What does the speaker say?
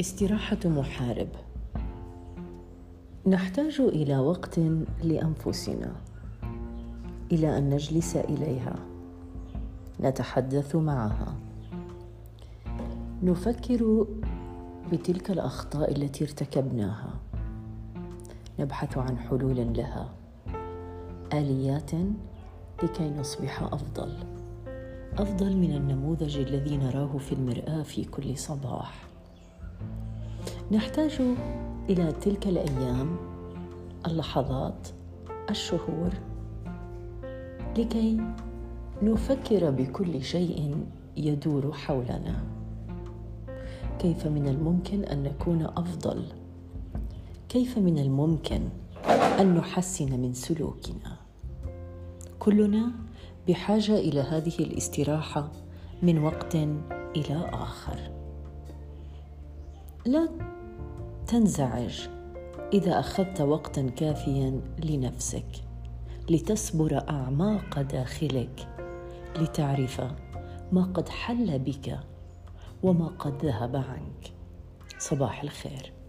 استراحة محارب. نحتاج إلى وقت لأنفسنا، إلى أن نجلس إليها، نتحدث معها، نفكر بتلك الأخطاء التي ارتكبناها، نبحث عن حلول لها، آليات لكي نصبح أفضل من النموذج الذي نراه في المرآة في كل صباح. نحتاج إلى تلك الأيام، اللحظات، الشهور، لكي نفكر بكل شيء يدور حولنا. كيف من الممكن أن نكون أفضل؟ كيف من الممكن أن نحسن من سلوكنا؟ كلنا بحاجة إلى هذه الاستراحة من وقت إلى آخر. لا تنزعج إذا أخذت وقتاً كافياً لنفسك، لتسبر أعماق داخلك، لتعرف ما قد حل بك وما قد ذهب عنك. صباح الخير.